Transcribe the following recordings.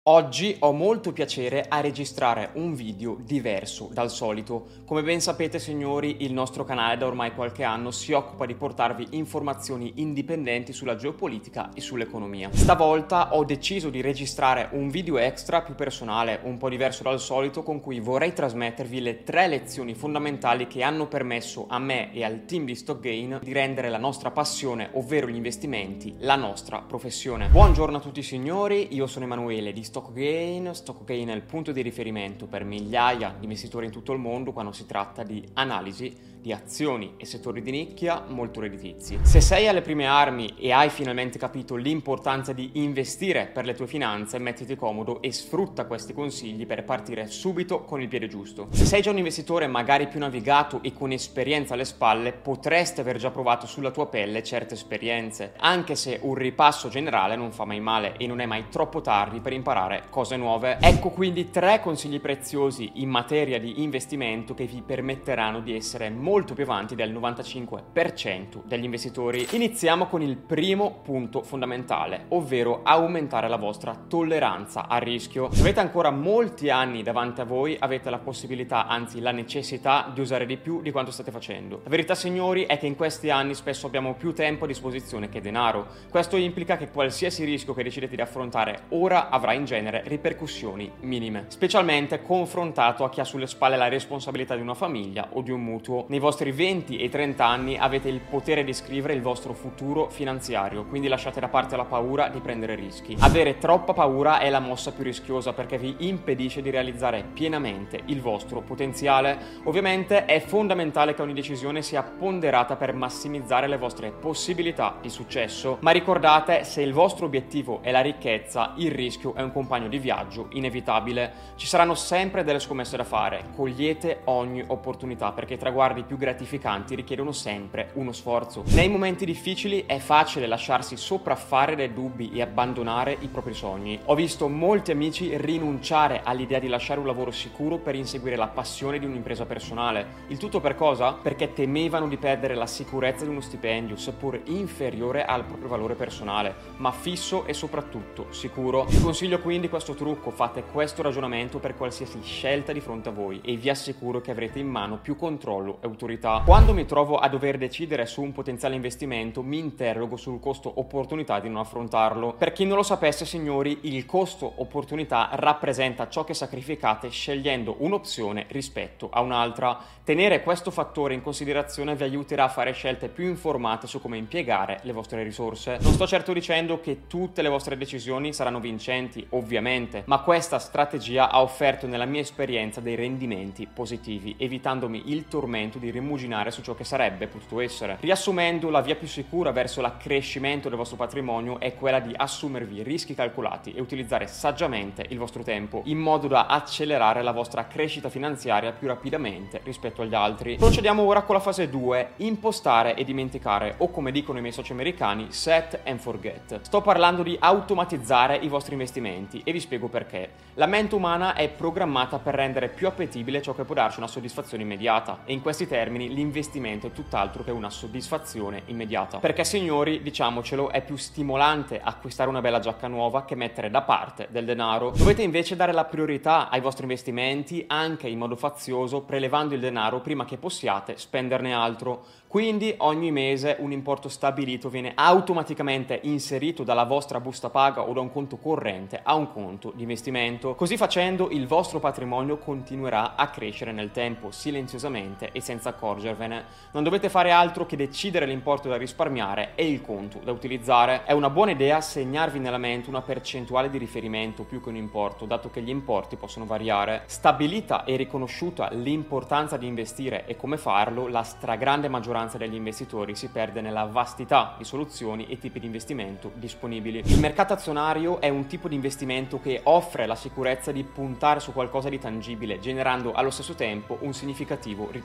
Oggi ho molto piacere a registrare un video diverso dal solito. Come ben sapete, signori, il nostro canale da ormai qualche anno si occupa di portarvi informazioni indipendenti sulla geopolitica e sull'economia. Stavolta ho deciso di registrare un video extra più personale, un po' diverso dal solito, con cui vorrei trasmettervi le 3 lezioni fondamentali che hanno permesso a me e al team di StockGain di rendere la nostra passione, ovvero gli investimenti, la nostra professione. Buongiorno a tutti signori, io sono Emanuele di StockGain. StockGain è il punto di riferimento per migliaia di investitori in tutto il mondo quando si tratta di analisi di azioni e settori di nicchia molto redditizi. Se sei alle prime armi e hai finalmente capito l'importanza di investire per le tue finanze, mettiti comodo e sfrutta questi consigli per partire subito con il piede giusto. Se sei già un investitore magari più navigato e con esperienza alle spalle, potresti aver già provato sulla tua pelle certe esperienze, anche se un ripasso generale non fa mai male e non è mai troppo tardi per imparare cose nuove. Ecco quindi 3 consigli preziosi in materia di investimento che vi permetteranno di essere molto più avanti del 95% degli investitori. Iniziamo con il primo punto fondamentale, ovvero aumentare la vostra tolleranza al rischio. Se avete ancora molti anni davanti a voi, avete la possibilità, anzi la necessità, di usare di più di quanto state facendo. La verità, signori, è che in questi anni spesso abbiamo più tempo a disposizione che denaro. Questo implica che qualsiasi rischio che decidete di affrontare ora avrà in genere ripercussioni minime, specialmente confrontato a chi ha sulle spalle la responsabilità di una famiglia o di un mutuo. Nei vostri 20 e 30 anni avete il potere di scrivere il vostro futuro finanziario, quindi lasciate da parte la paura di prendere rischi. Avere troppa paura è la mossa più rischiosa perché vi impedisce di realizzare pienamente il vostro potenziale. Ovviamente è fondamentale che ogni decisione sia ponderata per massimizzare le vostre possibilità di successo, ma ricordate, se il vostro obiettivo è la ricchezza, il rischio è un compagno di viaggio inevitabile. Ci saranno sempre delle scommesse da fare, cogliete ogni opportunità perché i traguardi più gratificanti richiedono sempre uno sforzo. Nei momenti difficili è facile lasciarsi sopraffare dai dubbi e abbandonare i propri sogni. Ho visto molti amici rinunciare all'idea di lasciare un lavoro sicuro per inseguire la passione di un'impresa personale. Il tutto per cosa? Perché temevano di perdere la sicurezza di uno stipendio, seppur inferiore al proprio valore personale, ma fisso e soprattutto sicuro. Vi consiglio quindi questo trucco, fate questo ragionamento per qualsiasi scelta di fronte a voi e vi assicuro che avrete in mano più controllo e autorità. Quando mi trovo a dover decidere su un potenziale investimento, mi interrogo sul costo opportunità di non affrontarlo. Per chi non lo sapesse, signori, il costo opportunità rappresenta ciò che sacrificate scegliendo un'opzione rispetto a un'altra. Tenere questo fattore in considerazione vi aiuterà a fare scelte più informate su come impiegare le vostre risorse. Non sto certo dicendo che tutte le vostre decisioni saranno vincenti, ovviamente, ma questa strategia ha offerto nella mia esperienza dei rendimenti positivi, evitandomi il tormento di rimuginare su ciò che sarebbe potuto essere. Riassumendo, la via più sicura verso l'accrescimento del vostro patrimonio è quella di assumervi rischi calcolati e utilizzare saggiamente il vostro tempo, in modo da accelerare la vostra crescita finanziaria più rapidamente rispetto agli altri. Procediamo ora con la fase 2, impostare e dimenticare, o come dicono i miei soci americani, set and forget. Sto parlando di automatizzare i vostri investimenti e vi spiego perché. La mente umana è programmata per rendere più appetibile ciò che può darci una soddisfazione immediata, e in questi termini l'investimento è tutt'altro che una soddisfazione immediata. Perché, signori, diciamocelo, è più stimolante acquistare una bella giacca nuova che mettere da parte del denaro. Dovete invece dare la priorità ai vostri investimenti anche in modo fazioso, prelevando il denaro prima che possiate spenderne altro. Quindi ogni mese un importo stabilito viene automaticamente inserito dalla vostra busta paga o da un conto corrente a un conto di investimento. Così facendo il vostro patrimonio continuerà a crescere nel tempo, silenziosamente e senza accorgervene. Non dovete fare altro che decidere l'importo da risparmiare e il conto da utilizzare. È una buona idea segnarvi nella mente una percentuale di riferimento più che un importo, dato che gli importi possono variare. Stabilita e riconosciuta l'importanza di investire e come farlo, la stragrande maggioranza degli investitori si perde nella vastità di soluzioni e tipi di investimento disponibili. Il mercato azionario è un tipo di investimento che offre la sicurezza di puntare su qualcosa di tangibile, generando allo stesso tempo un significativo ritorno economico.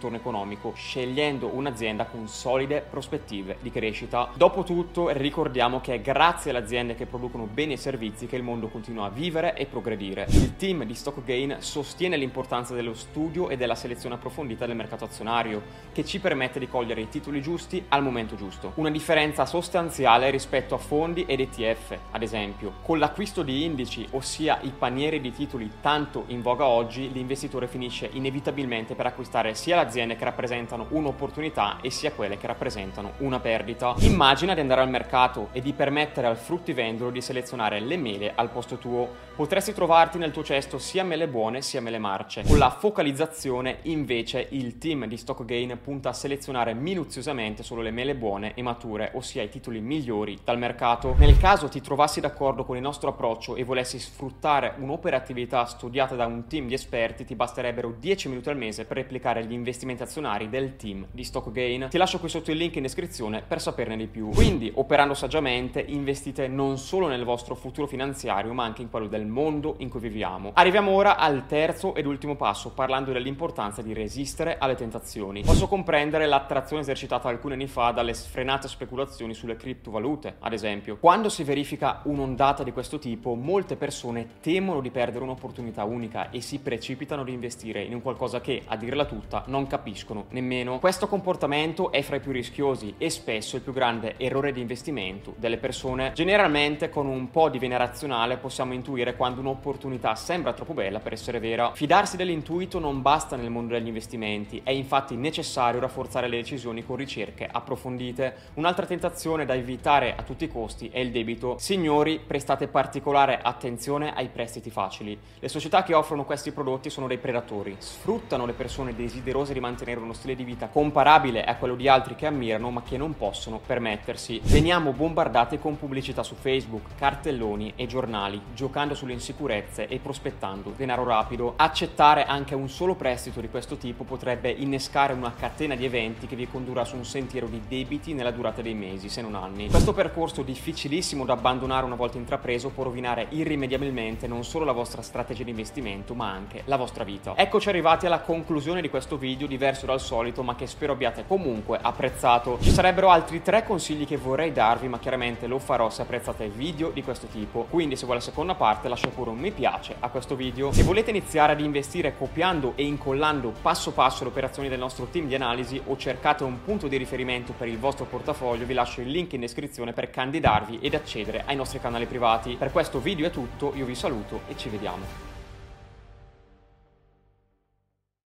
economico, scegliendo un'azienda con solide prospettive di crescita. Dopotutto ricordiamo che è grazie alle aziende che producono beni e servizi che il mondo continua a vivere e progredire. Il team di StockGain sostiene l'importanza dello studio e della selezione approfondita del mercato azionario, che ci permette di cogliere i titoli giusti al momento giusto. Una differenza sostanziale rispetto a fondi ed ETF, ad esempio. Con l'acquisto di indici, ossia i panieri di titoli tanto in voga oggi, l'investitore finisce inevitabilmente per acquistare sia le aziende che rappresentano un'opportunità e sia quelle che rappresentano una perdita. Immagina di andare al mercato e di permettere al fruttivendolo di selezionare le mele al posto tuo. Potresti trovarti nel tuo cesto sia mele buone sia mele marce. Con la focalizzazione, invece, il team di StockGain punta a selezionare minuziosamente solo le mele buone e mature, ossia i titoli migliori dal mercato. Nel caso ti trovassi d'accordo con il nostro approccio e volessi sfruttare un'operatività studiata da un team di esperti, ti basterebbero 10 minuti al mese per replicare gli investimenti azionari del team di StockGain. Ti lascio qui sotto il link in descrizione per saperne di più. Quindi, operando saggiamente, investite non solo nel vostro futuro finanziario, ma anche in quello del mondo in cui viviamo. Arriviamo ora al terzo ed ultimo passo, parlando dell'importanza di resistere alle tentazioni. Posso comprendere l'attrazione esercitata alcuni anni fa dalle sfrenate speculazioni sulle criptovalute, ad esempio. Quando si verifica un'ondata di questo tipo, molte persone temono di perdere un'opportunità unica e si precipitano ad investire in un qualcosa che, a dirla tutta, non capiscono nemmeno. Questo comportamento è fra i più rischiosi e spesso il più grande errore di investimento delle persone. Generalmente, con un po' di vena razionale, possiamo intuire quando un'opportunità sembra troppo bella per essere vera. Fidarsi dell'intuito non basta nel mondo degli investimenti, è infatti necessario rafforzare le decisioni con ricerche approfondite. Un'altra tentazione da evitare a tutti i costi è il debito. Signori, prestate particolare attenzione ai prestiti facili. Le società che offrono questi prodotti sono dei predatori, sfruttano le persone desiderose di mantenere uno stile di vita comparabile a quello di altri che ammirano ma che non possono permettersi. Veniamo bombardati con pubblicità su Facebook, cartelloni e giornali, giocando sulle insicurezze e prospettando denaro rapido. Accettare anche un solo prestito di questo tipo potrebbe innescare una catena di eventi che vi condurrà su un sentiero di debiti nella durata dei mesi, se non anni. Questo percorso difficilissimo da abbandonare una volta intrapreso può rovinare irrimediabilmente non solo la vostra strategia di investimento, ma anche la vostra vita. Eccoci arrivati alla conclusione di questo video, diverso dal solito, ma che spero abbiate comunque apprezzato. Ci sarebbero altri 3 consigli che vorrei darvi, ma chiaramente lo farò se apprezzate video di questo tipo. Quindi, se vuoi la seconda parte, lascia pure un mi piace a questo video. Se volete iniziare ad investire copiando e incollando passo passo le operazioni del nostro team di analisi o cercate un punto di riferimento per il vostro portafoglio, vi lascio il link in descrizione per candidarvi ed accedere ai nostri canali privati. Per questo video è tutto, io vi saluto e ci vediamo.